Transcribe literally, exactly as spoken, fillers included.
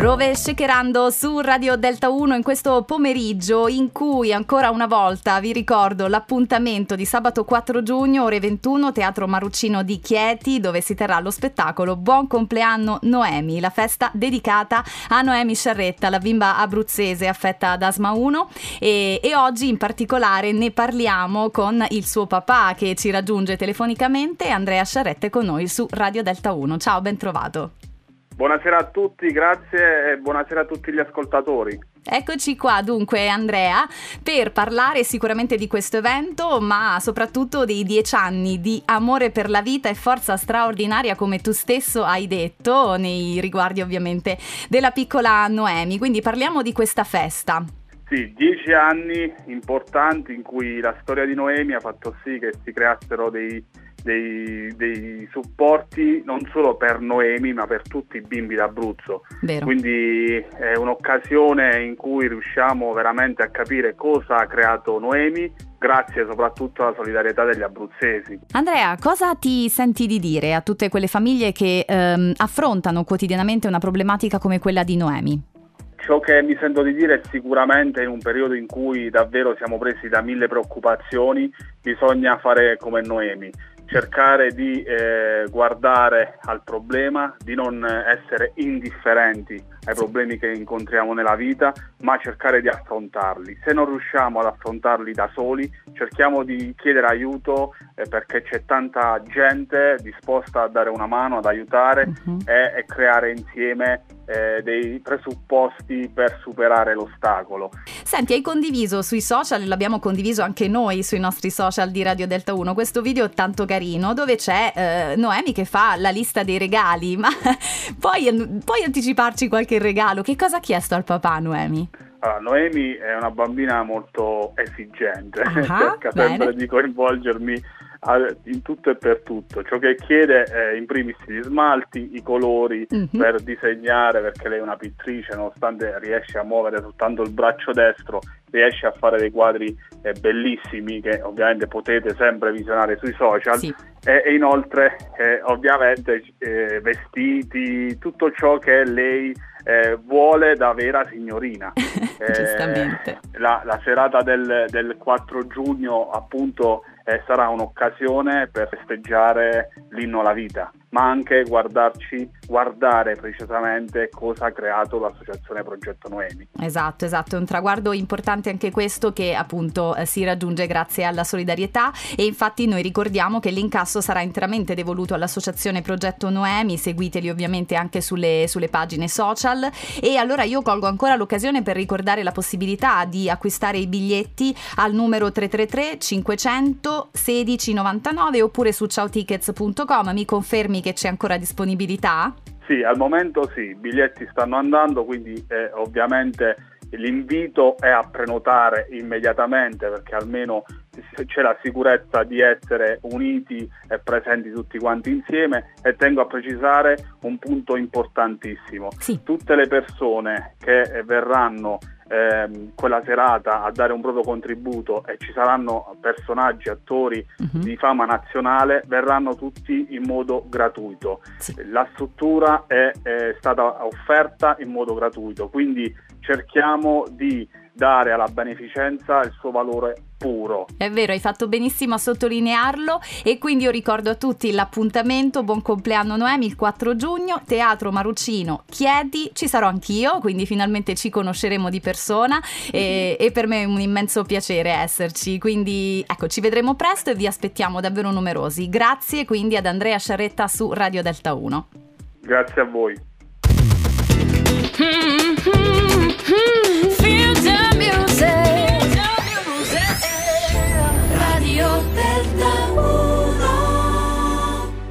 Rove Shakerando su Radio Delta uno in questo pomeriggio in cui ancora una volta vi ricordo l'appuntamento di sabato quattro giugno ore ventuno, Teatro Maruccino di Chieti, dove si terrà lo spettacolo Buon compleanno Noemi, la festa dedicata a Noemi Sciarretta, la bimba abruzzese affetta da asma uno, e, e oggi in particolare ne parliamo con il suo papà che ci raggiunge telefonicamente. Andrea Sciarretta è con noi su Radio Delta uno. Ciao, ben trovato. Buonasera a tutti, grazie e buonasera a tutti gli ascoltatori. Eccoci qua dunque Andrea per parlare sicuramente di questo evento, ma soprattutto dei dieci anni di amore per la vita e forza straordinaria, come tu stesso hai detto, nei riguardi ovviamente della piccola Noemi. Quindi parliamo di questa festa. Sì, dieci anni importanti in cui la storia di Noemi ha fatto sì che si creassero dei, dei, dei supporti non solo per Noemi ma per tutti i bimbi d'Abruzzo. Vero. Quindi è un'occasione in cui riusciamo veramente a capire cosa ha creato Noemi, grazie soprattutto alla solidarietà degli abruzzesi. Andrea, cosa ti senti di dire a tutte quelle famiglie che ehm, affrontano quotidianamente una problematica come quella di Noemi? Ciò che mi sento di dire è sicuramente in un periodo in cui davvero siamo presi da mille preoccupazioni, bisogna fare come Noemi, cercare di eh, guardare al problema, di non essere indifferenti ai problemi che incontriamo nella vita, ma cercare di affrontarli. Se non riusciamo ad affrontarli da soli, cerchiamo di chiedere aiuto eh, perché c'è tanta gente disposta a dare una mano, ad aiutare uh-huh. e, e creare insieme eh, dei presupposti per superare l'ostacolo. Senti, hai condiviso sui social, l'abbiamo condiviso anche noi sui nostri social di Radio Delta uno, questo video tanto carino dove c'è eh, Noemi che fa la lista dei regali, ma puoi, puoi anticiparci qualche regalo? Che cosa ha chiesto al papà Noemi? Allora, Noemi è una bambina molto esigente, uh-huh, cerca sempre bene. di coinvolgermi in tutto e per tutto. Ciò che chiede è in primis gli smalti, i colori uh-huh. per disegnare, perché lei è una pittrice, nonostante riesce a muovere soltanto il braccio destro, riesce a fare dei quadri eh, bellissimi che ovviamente potete sempre visionare sui social. Sì. e, e inoltre eh, ovviamente eh, vestiti, tutto ciò che lei eh, vuole da vera signorina. Giustamente. Eh, la, la serata del, del quattro giugno appunto eh, sarà un'occasione per festeggiare l'inno alla vita, ma anche guardarci, guardare precisamente cosa ha creato l'associazione Progetto Noemi. Esatto, esatto, è un traguardo importante anche questo che appunto eh, si raggiunge grazie alla solidarietà, e infatti noi ricordiamo che l'incasso sarà interamente devoluto all'associazione Progetto Noemi, seguiteli ovviamente anche sulle, sulle pagine social. E allora io colgo ancora l'occasione per ricordare la possibilità di acquistare i biglietti al numero tre tre tre cinquecento sedici novantanove oppure su ciao tickets punto com. Mi confermi che c'è ancora disponibilità? Sì, al momento sì, i biglietti stanno andando, quindi eh, ovviamente l'invito è a prenotare immediatamente, perché almeno c'è la sicurezza di essere uniti e presenti tutti quanti insieme. E tengo a precisare un punto importantissimo: sì. Tutte le persone che verranno ehm, quella serata a dare un proprio contributo, e ci saranno personaggi, attori uh-huh. di fama nazionale, verranno tutti in modo gratuito. Sì. La struttura è, è stata offerta in modo gratuito, quindi cerchiamo di dare alla beneficenza il suo valore puro. È vero, hai fatto benissimo a sottolinearlo. E quindi io ricordo a tutti l'appuntamento Buon compleanno Noemi il quattro giugno, Teatro Maruccino Chieti. Ci sarò anch'io, quindi finalmente ci conosceremo di persona e, e per me è un immenso piacere esserci, quindi ecco, ci vedremo presto e vi aspettiamo davvero numerosi. Grazie quindi ad Andrea Sciarretta su Radio Delta uno. Grazie a voi.